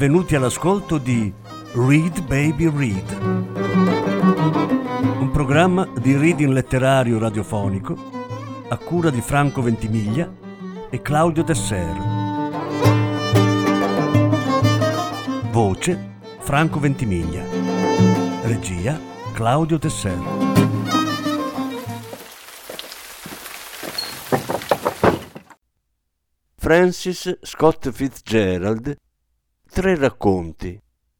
benvenuti all'ascolto di Read Baby Read, un programma di reading letterario radiofonico a cura di Franco Ventimiglia e Claudio Desser. Voce Franco Ventimiglia. Regia Claudio Desser. Francis Scott Fitzgerald, 3 racconti.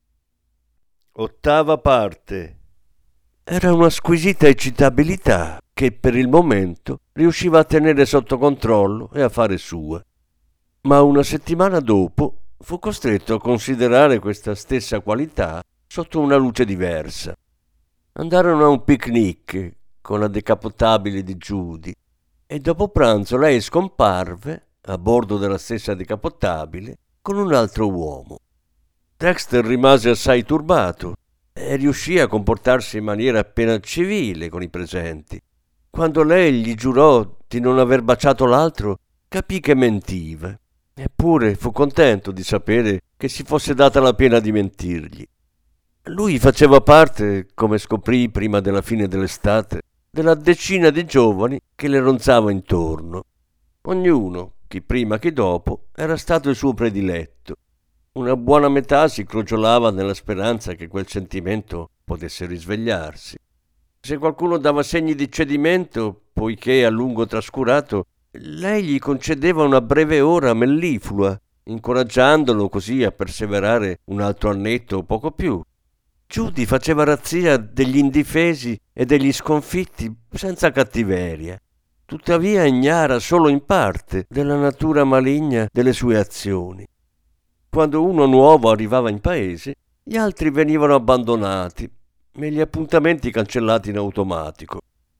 Ottava parte. Era una squisita eccitabilità che per il momento riusciva a tenere sotto controllo e a fare sua. Ma una settimana dopo fu costretto a considerare questa stessa qualità sotto una luce diversa. Andarono a un picnic con la decapotabile di Judy e dopo pranzo lei scomparve a bordo della stessa decapotabile con un altro uomo. Dexter rimase assai turbato e riuscì a comportarsi in maniera appena civile con i presenti. Quando lei gli giurò di non aver baciato l'altro, capì che mentiva. Eppure fu contento di sapere che si fosse data la pena di mentirgli. Lui faceva parte, come scoprì prima della fine dell'estate, della decina di giovani che le ronzava intorno. Ognuno, chi prima chi dopo, era stato il suo prediletto. Una buona metà si crogiolava nella speranza che quel sentimento potesse risvegliarsi. Se qualcuno dava segni di cedimento, poiché a lungo trascurato, lei gli concedeva una breve ora melliflua, incoraggiandolo così a perseverare un altro annetto o poco più. Judy faceva razzia degli indifesi e degli sconfitti senza cattiveria, tuttavia ignara solo in parte della natura maligna delle sue azioni. Quando uno nuovo arrivava in paese, gli altri venivano abbandonati e gli appuntamenti cancellati in automatico.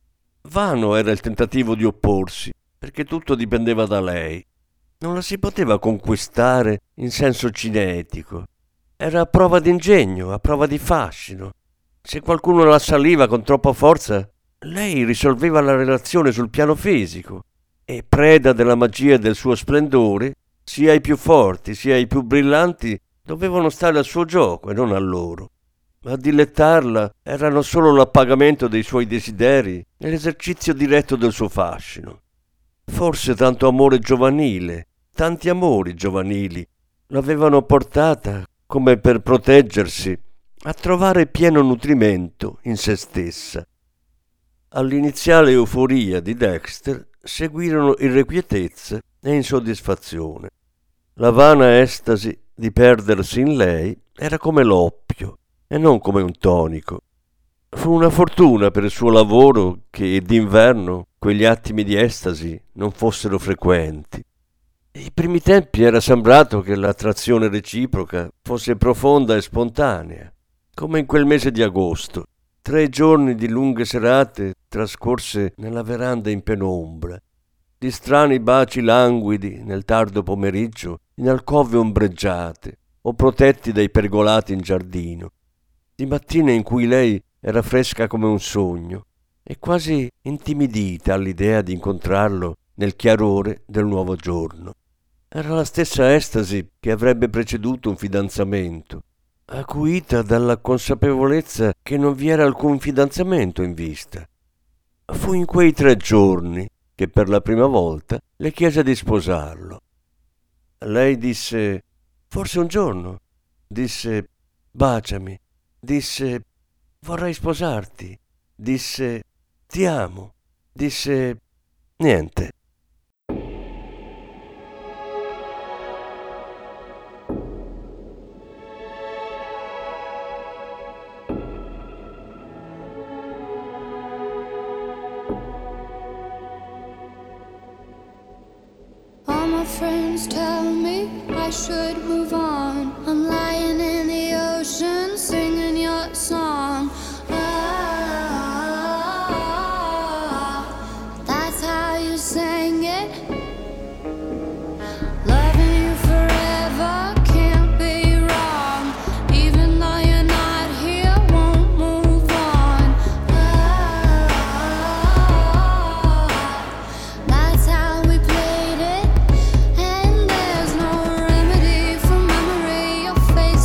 Vano era il tentativo di opporsi, perché tutto dipendeva da lei. Non la si poteva conquistare in senso cinetico. Era a prova d'ingegno, a prova di fascino. Se qualcuno la assaliva con troppa forza, lei risolveva la relazione sul piano fisico e, preda della magia del suo splendore, sia i più forti sia i più brillanti dovevano stare al suo gioco e non a loro. A dilettarla erano solo l'appagamento dei suoi desideri e l'esercizio diretto del suo fascino. Forse tanto amore giovanile, tanti amori giovanili, l'avevano portata, come per proteggersi, a trovare pieno nutrimento in se stessa. All'iniziale euforia di Dexter seguirono irrequietezza e insoddisfazione. La vana estasi di perdersi in lei era come l'oppio e non come un tonico. Fu una fortuna per il suo lavoro che d'inverno quegli attimi di estasi non fossero frequenti. I primi tempi era sembrato che l'attrazione reciproca fosse profonda e spontanea, come in quel mese di agosto, 3 giorni di lunghe serate trascorse nella veranda in penombra, di strani baci languidi nel tardo pomeriggio in alcove ombreggiate o protetti dai pergolati in giardino, di mattine in cui lei era fresca come un sogno e quasi intimidita all'idea di incontrarlo nel chiarore del nuovo giorno. Era la stessa estasi che avrebbe preceduto un fidanzamento, acuita dalla consapevolezza che non vi era alcun fidanzamento in vista. Fu in quei 3 giorni che per la prima volta le chiese di sposarlo. Lei disse: forse un giorno. Disse: baciami. Disse: vorrei sposarti. Disse: ti amo. Disse: niente. All my friends tell me I should move on. I'm lying in the ocean singing your song. Ah, that's how you sang it. Loving you forever can't be wrong. Even though you're not here, won't move on. Ah, that's how we played it. And there's no remedy for memory. Your face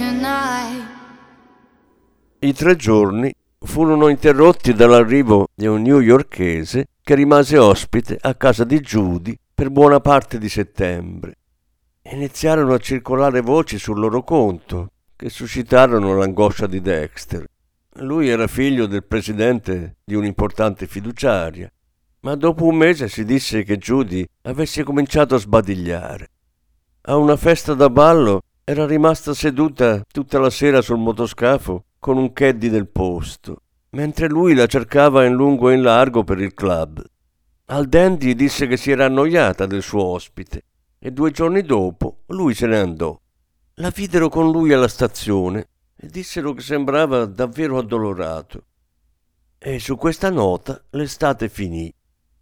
tonight. I 3 giorni furono interrotti dall'arrivo di un newyorkese che rimase ospite a casa di Judy per buona parte di settembre. Iniziarono a circolare voci sul loro conto che suscitarono l'angoscia di Dexter. Lui era figlio del presidente di un'importante fiduciaria, ma dopo un mese si disse che Judy avesse cominciato a sbadigliare. A una festa da ballo era rimasta seduta tutta la sera sul motoscafo con un caddy del posto, mentre lui la cercava in lungo e in largo per il club. Al dandy disse che si era annoiata del suo ospite e 2 giorni dopo lui se ne andò. La videro con lui alla stazione e dissero che sembrava davvero addolorato. E su questa nota l'estate finì.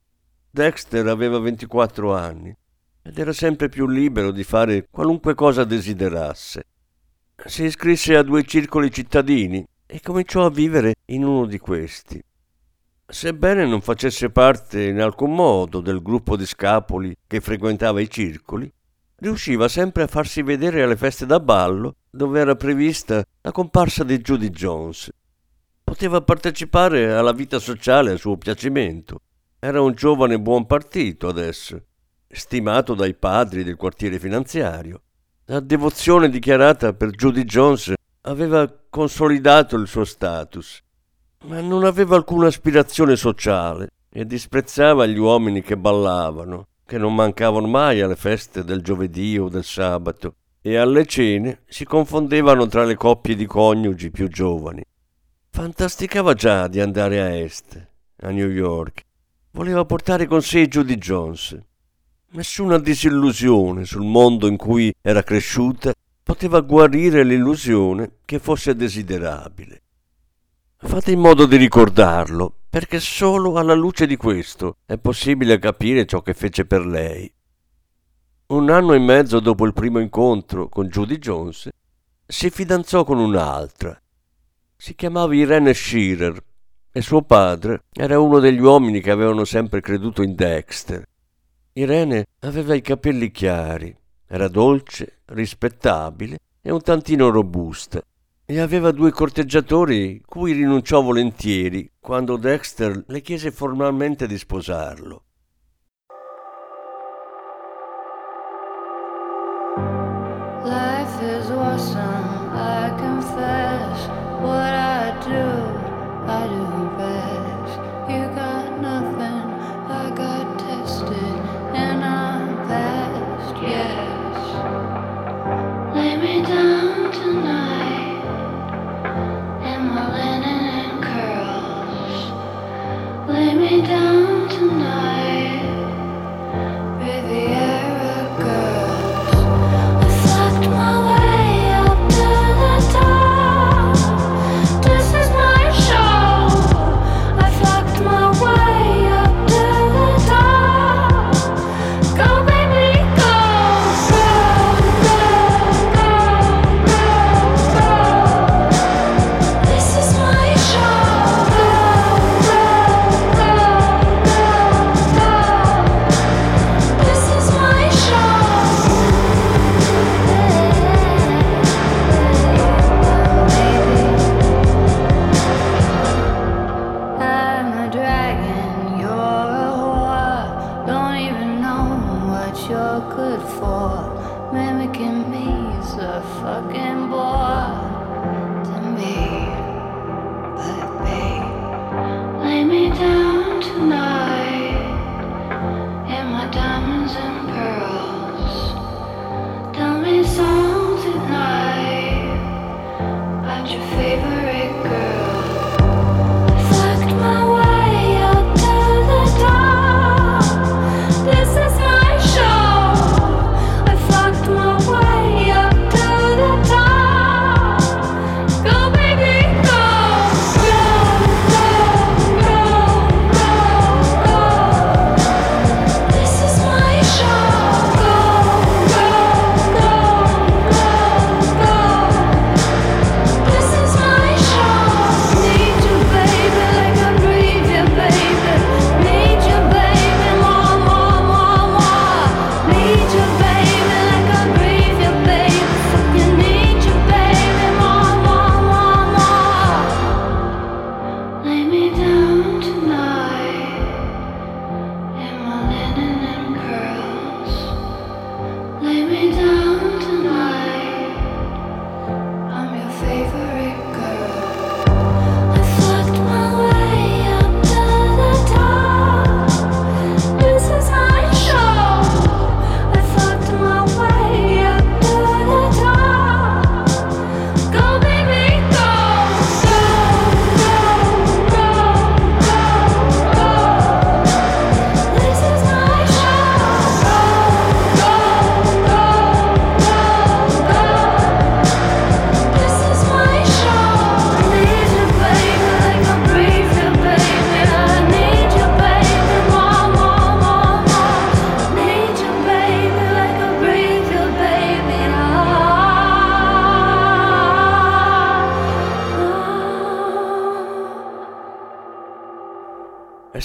Dexter aveva 24 anni ed era sempre più libero di fare qualunque cosa desiderasse. Si iscrisse a 2 circoli cittadini e cominciò a vivere in uno di questi. Sebbene non facesse parte in alcun modo del gruppo di scapoli che frequentava i circoli, riusciva sempre a farsi vedere alle feste da ballo dove era prevista la comparsa di Judy Jones. Poteva partecipare alla vita sociale a suo piacimento. Era un giovane buon partito adesso, stimato dai padri del quartiere finanziario. La devozione dichiarata per Judy Jones aveva consolidato il suo status, ma non aveva alcuna aspirazione sociale e disprezzava gli uomini che ballavano, che non mancavano mai alle feste del giovedì o del sabato, e alle cene si confondevano tra le coppie di coniugi più giovani. Fantasticava già di andare a est, a New York. Voleva portare con sé Judy Jones. Nessuna disillusione sul mondo in cui era cresciuta poteva guarire l'illusione che fosse desiderabile. Fate in modo di ricordarlo, perché solo alla luce di questo è possibile capire ciò che fece per lei. 1 anno e mezzo dopo il primo incontro con Judy Jones, si fidanzò con un'altra. Si chiamava Irene Shearer e suo padre era uno degli uomini che avevano sempre creduto in Dexter. Irene aveva i capelli chiari, era dolce, rispettabile e un tantino robusta, e aveva 2 corteggiatori cui rinunciò volentieri quando Dexter le chiese formalmente di sposarlo. Life is awesome, I confess. What I do best. You got nothing, I got tested, and I'm past, yes. Lay me down tonight, in my linen and curls. Lay me down tonight, Riviera girls. I fucked my way up to the top. This is my show. I fucked my way up to the top. Go baby, go, go, go, go, go, go. This is my show. Go, go, go, go, go. This is my show. I'm a dragon, you're a whore. Don't even know what you're good for. Mimicking me's a fucking bore to me. But babe, lay me down tonight in my diamonds and pearls. Tell me songs at night about your favorite girl. Fucked my way up to the top. This is my show. I fucked my way up to the top. Go baby,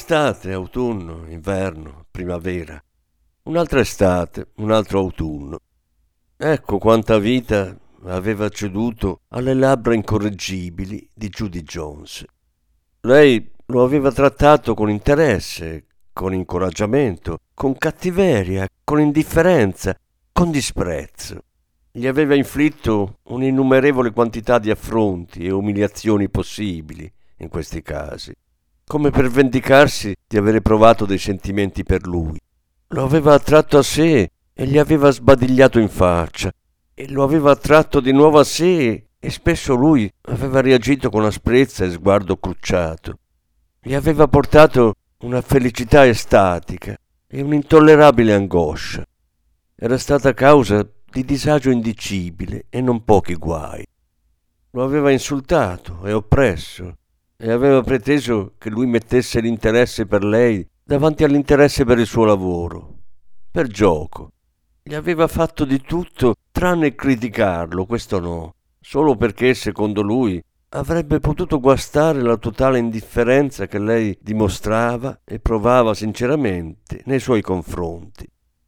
Estate, autunno, inverno, primavera. Un'altra estate, un altro autunno. Ecco quanta vita aveva ceduto alle labbra incorreggibili di Judy Jones. Lei lo aveva trattato con interesse, con incoraggiamento, con cattiveria, con indifferenza, con disprezzo. Gli aveva inflitto un'innumerevole quantità di affronti e umiliazioni possibili in questi casi, come per vendicarsi di avere provato dei sentimenti per lui. Lo aveva attratto a sé e gli aveva sbadigliato in faccia, e lo aveva attratto di nuovo a sé, e spesso lui aveva reagito con asprezza e sguardo crucciato. Gli aveva portato una felicità estatica e un'intollerabile angoscia. Era stata causa di disagio indicibile e non pochi guai. Lo aveva insultato e oppresso e aveva preteso che lui mettesse l'interesse per lei davanti all'interesse per il suo lavoro, per gioco. Gli aveva fatto di tutto tranne criticarlo, questo no, solo perché, secondo lui, avrebbe potuto guastare la totale indifferenza che lei dimostrava e provava sinceramente nei suoi confronti.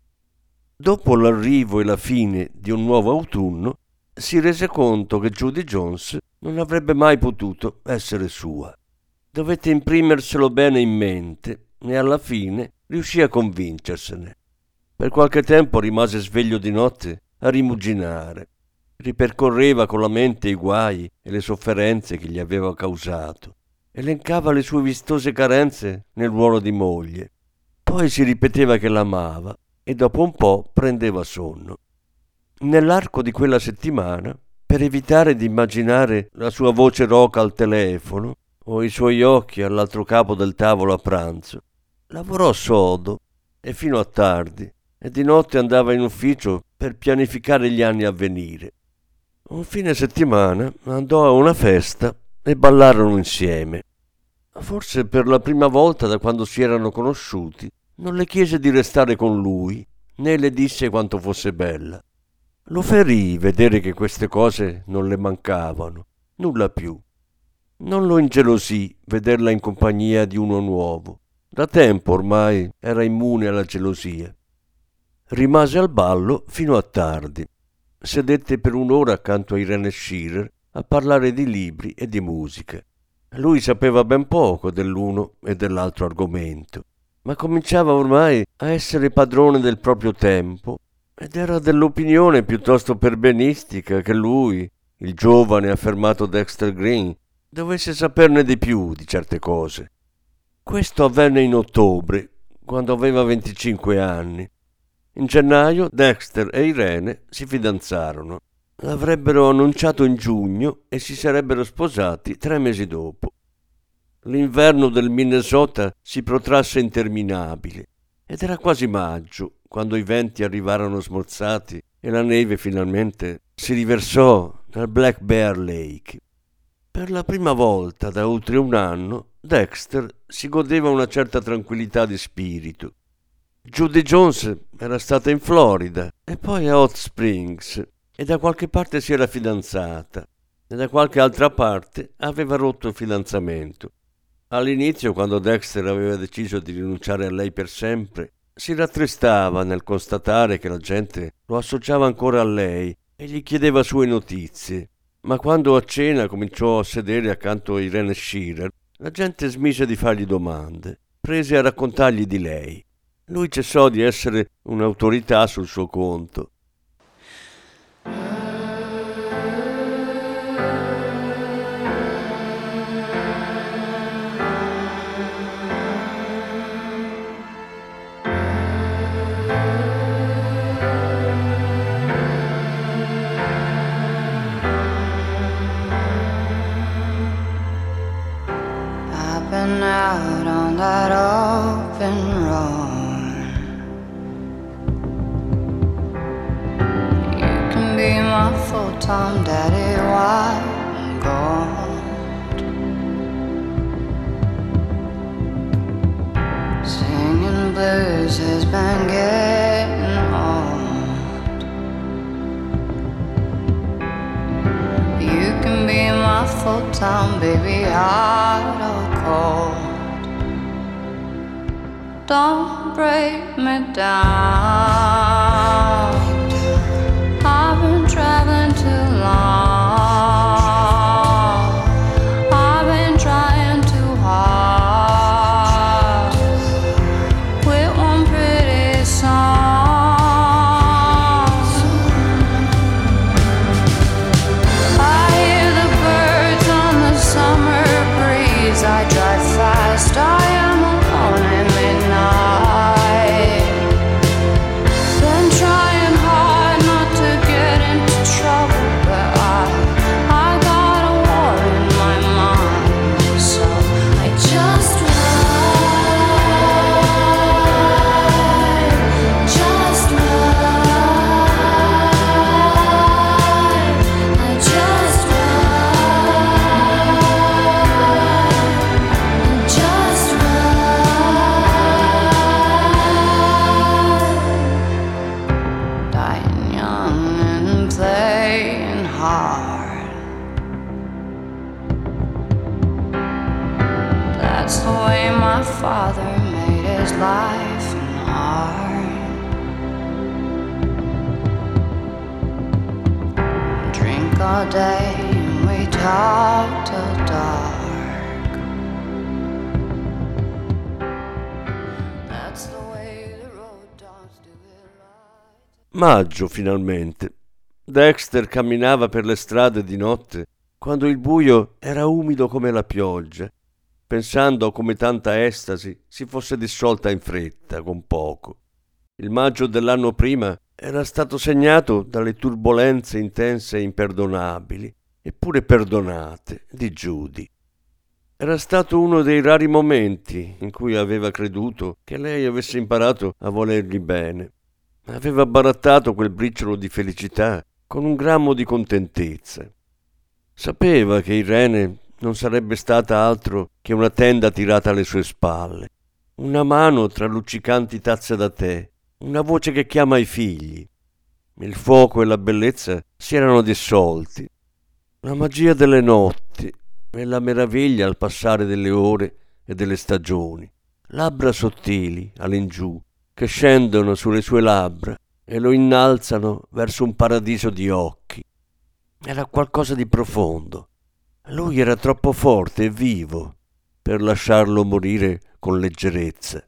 Dopo l'arrivo e la fine di un nuovo autunno, si rese conto che Judy Jones non avrebbe mai potuto essere sua. Dovette imprimerselo bene in mente e alla fine riuscì a convincersene. Per qualche tempo rimase sveglio di notte a rimuginare. Ripercorreva con la mente i guai e le sofferenze che gli aveva causato. Elencava le sue vistose carenze nel ruolo di moglie. Poi si ripeteva che l'amava e dopo un po' prendeva sonno. Nell'arco di quella settimana, per evitare di immaginare la sua voce roca al telefono o i suoi occhi all'altro capo del tavolo a pranzo, lavorò sodo e fino a tardi, e di notte andava in ufficio per pianificare gli anni a venire. Un fine settimana andò a una festa e ballarono insieme. Forse per la prima volta da quando si erano conosciuti, non le chiese di restare con lui, né le disse quanto fosse bella. Lo ferì vedere che queste cose non le mancavano, nulla più. Non lo ingelosì vederla in compagnia di uno nuovo. Da tempo ormai era immune alla gelosia. Rimase al ballo fino a tardi. Sedette per un'ora accanto a Irene Shearer a parlare di libri e di musica. Lui sapeva ben poco dell'uno e dell'altro argomento, ma cominciava ormai a essere padrone del proprio tempo ed era dell'opinione piuttosto perbenistica che lui, il giovane affermato Dexter Green, dovesse saperne di più di certe cose. Questo avvenne in ottobre, quando aveva 25 anni. In gennaio Dexter e Irene si fidanzarono. L'avrebbero annunciato in giugno e si sarebbero sposati 3 mesi dopo. L'inverno del Minnesota si protrasse interminabile ed era quasi maggio quando i venti arrivarono smorzati e la neve finalmente si riversò nel Black Bear Lake. Per la prima volta da oltre un anno Dexter si godeva una certa tranquillità di spirito. Judy Jones era stata in Florida e poi a Hot Springs e da qualche parte si era fidanzata e da qualche altra parte aveva rotto il fidanzamento. All'inizio, quando Dexter aveva deciso di rinunciare a lei per sempre, si rattristava nel constatare che la gente lo associava ancora a lei e gli chiedeva sue notizie. Ma quando a cena cominciò a sedere accanto a Irene Shearer, la gente smise di fargli domande, prese a raccontargli di lei. Lui cessò di essere un'autorità sul suo conto. I've been out on that open road. Be my full-time daddy while I'm gone. Singing blues has been getting old. You can be my full-time baby, hot or cold. don't break me down. I've been traveling too long. I've been trying too hard with one pretty song. I hear the birds on the summer breeze. I drive fast, I am alone in midnight. Been trying hard not to get into trouble, but I got a war in my mind, so I just ride, just ride, I just ride, just ride. Dying young and playing hard. That's the way my father made his life and art. Drink all day and we talk till dark. That's the way the road dogs do it right. Maggio, finalmente. Dexter camminava per le strade di notte quando il buio era umido come la pioggia, pensando come tanta estasi si fosse disciolta in fretta, con poco. Il maggio dell'anno prima era stato segnato dalle turbolenze intense e imperdonabili, eppure perdonate, di Judy. Era stato uno dei rari momenti in cui aveva creduto che lei avesse imparato a volergli bene. Aveva barattato quel briciolo di felicità con un grammo di contentezza. Sapeva che Irene non sarebbe stata altro che una tenda tirata alle sue spalle, una mano tra luccicanti tazze da tè, una voce che chiama i figli. Il fuoco e la bellezza si erano dissolti. La magia delle notti e la meraviglia al passare delle ore e delle stagioni, labbra sottili all'ingiù che scendono sulle sue labbra e lo innalzano verso un paradiso di occhi. Era qualcosa di profondo. Lui era troppo forte e vivo per lasciarlo morire con leggerezza.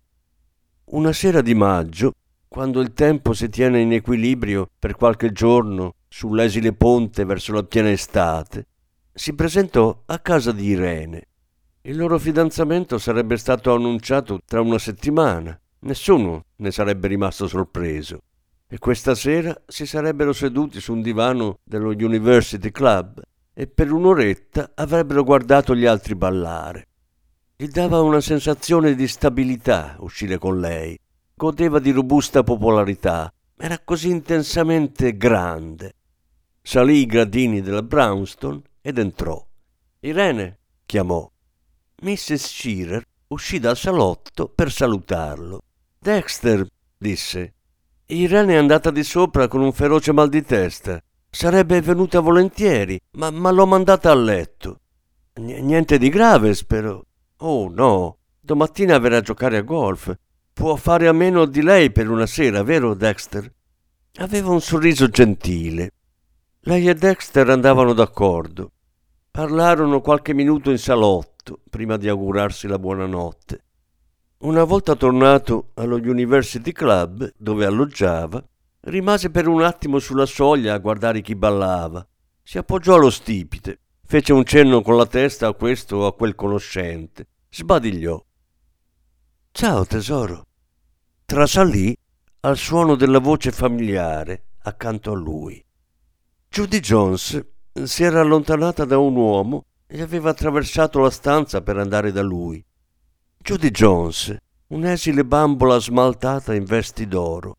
Una sera di maggio, quando il tempo si tiene in equilibrio per qualche giorno sull'esile ponte verso la piena estate, si presentò a casa di Irene. Il loro fidanzamento sarebbe stato annunciato tra una settimana. Nessuno ne sarebbe rimasto sorpreso. E questa sera si sarebbero seduti su un divano dello University Club e per un'oretta avrebbero guardato gli altri ballare. Gli dava una sensazione di stabilità uscire con lei. Godeva di robusta popolarità. Era così intensamente grande. Salì i gradini della Brownstone ed entrò. «Irene», chiamò. Mrs. Shearer uscì dal salotto per salutarlo. «Dexter», disse, «Irene è andata di sopra con un feroce mal di testa. Sarebbe venuta volentieri, ma l'ho mandata a letto. Niente di grave, spero». «Oh, no, domattina verrà a giocare a golf. Può fare a meno di lei per una sera, vero, Dexter?» Aveva un sorriso gentile. Lei e Dexter andavano d'accordo. Parlarono qualche minuto in salotto prima di augurarsi la buonanotte. Una volta tornato allo University Club, dove alloggiava, rimase per un attimo sulla soglia a guardare chi ballava. Si appoggiò allo stipite, fece un cenno con la testa a questo o a quel conoscente, sbadigliò. «Ciao, tesoro». Trasalì al suono della voce familiare accanto a lui. Judy Jones si era allontanata da un uomo e aveva attraversato la stanza per andare da lui. Judy Jones, un'esile bambola smaltata in vesti d'oro.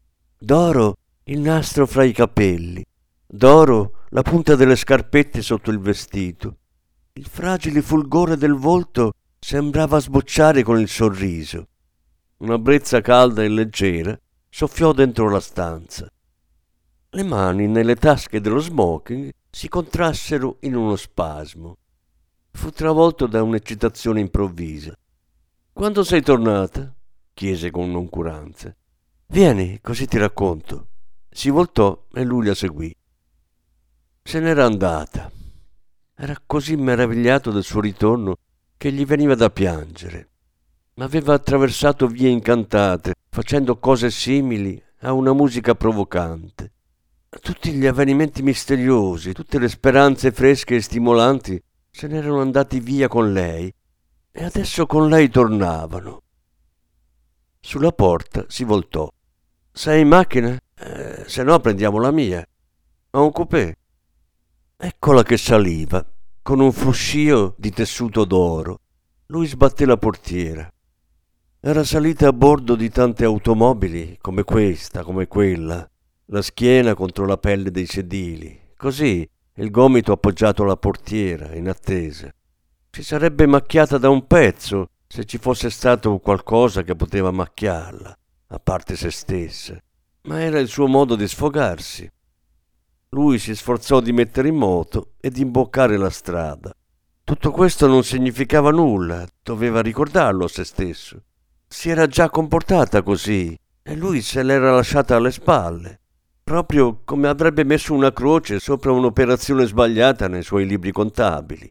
D'oro il nastro fra i capelli, d'oro la punta delle scarpette sotto il vestito. Il fragile fulgore del volto sembrava sbocciare con il sorriso. Una brezza calda e leggera soffiò dentro la stanza. Le mani nelle tasche dello smoking si contrassero in uno spasmo. Fu travolto da un'eccitazione improvvisa. «Quando sei tornata?» chiese con noncuranza. Vieni, così ti racconto. Si voltò e lui la seguì. Se n'era andata. Era così meravigliato del suo ritorno che gli veniva da piangere. Aveva attraversato vie incantate, facendo cose simili a una musica provocante. Tutti gli avvenimenti misteriosi, tutte le speranze fresche e stimolanti se n'erano andati via con lei e adesso con lei tornavano. Sulla porta si voltò. Sei in macchina? Se no prendiamo la mia. Ho un coupé. Eccola che saliva, con un fruscio di tessuto d'oro. Lui sbatté la portiera. Era salita a bordo di tante automobili, come questa, come quella, la schiena contro la pelle dei sedili, così, il gomito appoggiato alla portiera, in attesa. Si sarebbe macchiata da un pezzo se ci fosse stato qualcosa che poteva macchiarla, a parte se stessa, ma era il suo modo di sfogarsi. Lui si sforzò di mettere in moto e di imboccare la strada. Tutto questo non significava nulla, doveva ricordarlo a se stesso. Si era già comportata così e lui se l'era lasciata alle spalle, proprio come avrebbe messo una croce sopra un'operazione sbagliata nei suoi libri contabili.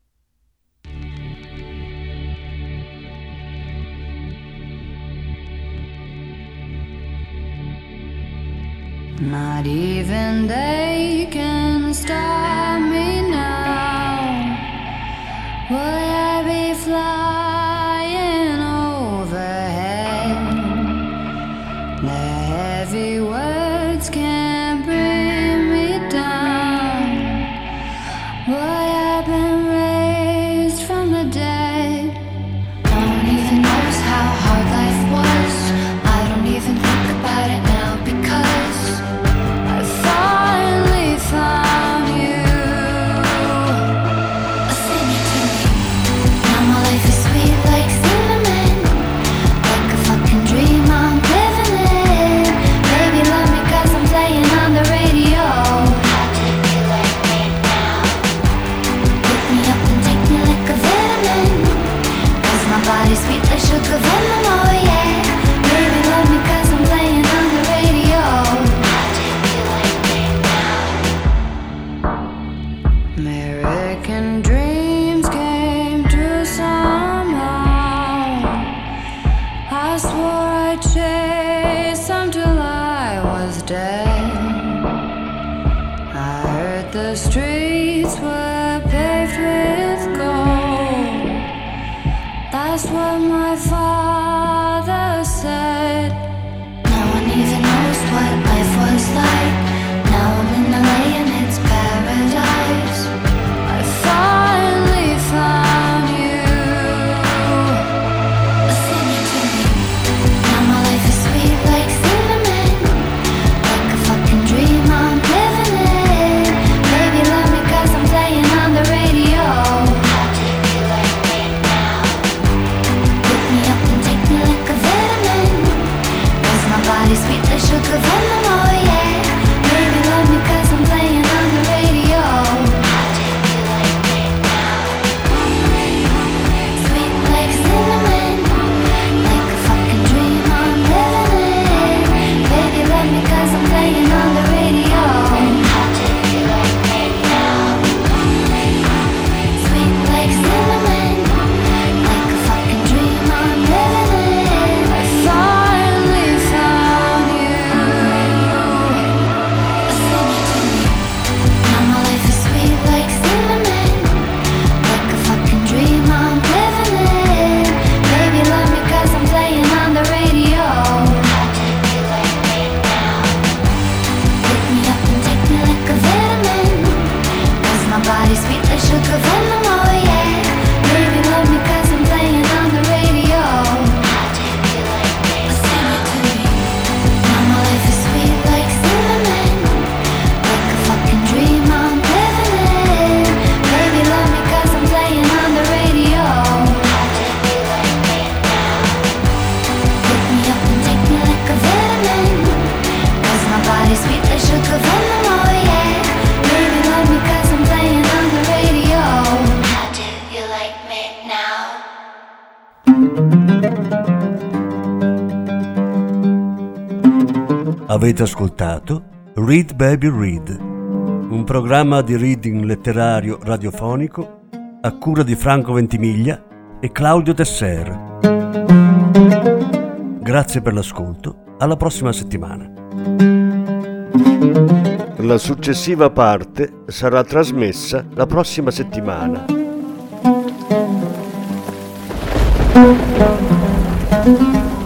Not even they can stop me now. Will I be flying overhead? The heavy words can't bring me down. Boy, I've been raised from the dead. No one even knows how hard life was. I don't even think about it now because I finally found you. Sing it to me. Now my life is sweet like cinnamon, like a fucking dream I'm living in. Baby, love me 'cause I'm playing on the radio. How do you like me now? Pick me up and take me like a vitamin, 'cause my body's sweet like sugar venom, oh yeah. Baby, love me 'cause I'm playing on the radio. How do you like me now? American dreams came true somehow. I swore I'd chase them till I was dead. I heard the streets were paved with gold. That's what my father said. No one even knows what life was like. Now I'm in LA and it's paradise. I finally found you. Sing it to me. Now my life is sweet like cinnamon, like a fucking dream I'm living in. Baby, love me 'cause I'm playing on the radio. How do you like me now? Pick me up and Avete ascoltato Read Baby Read, un programma di reading letterario radiofonico a cura di Franco Ventimiglia e Claudio Tesser. Grazie per l'ascolto, alla prossima settimana. La successiva parte sarà trasmessa la prossima settimana.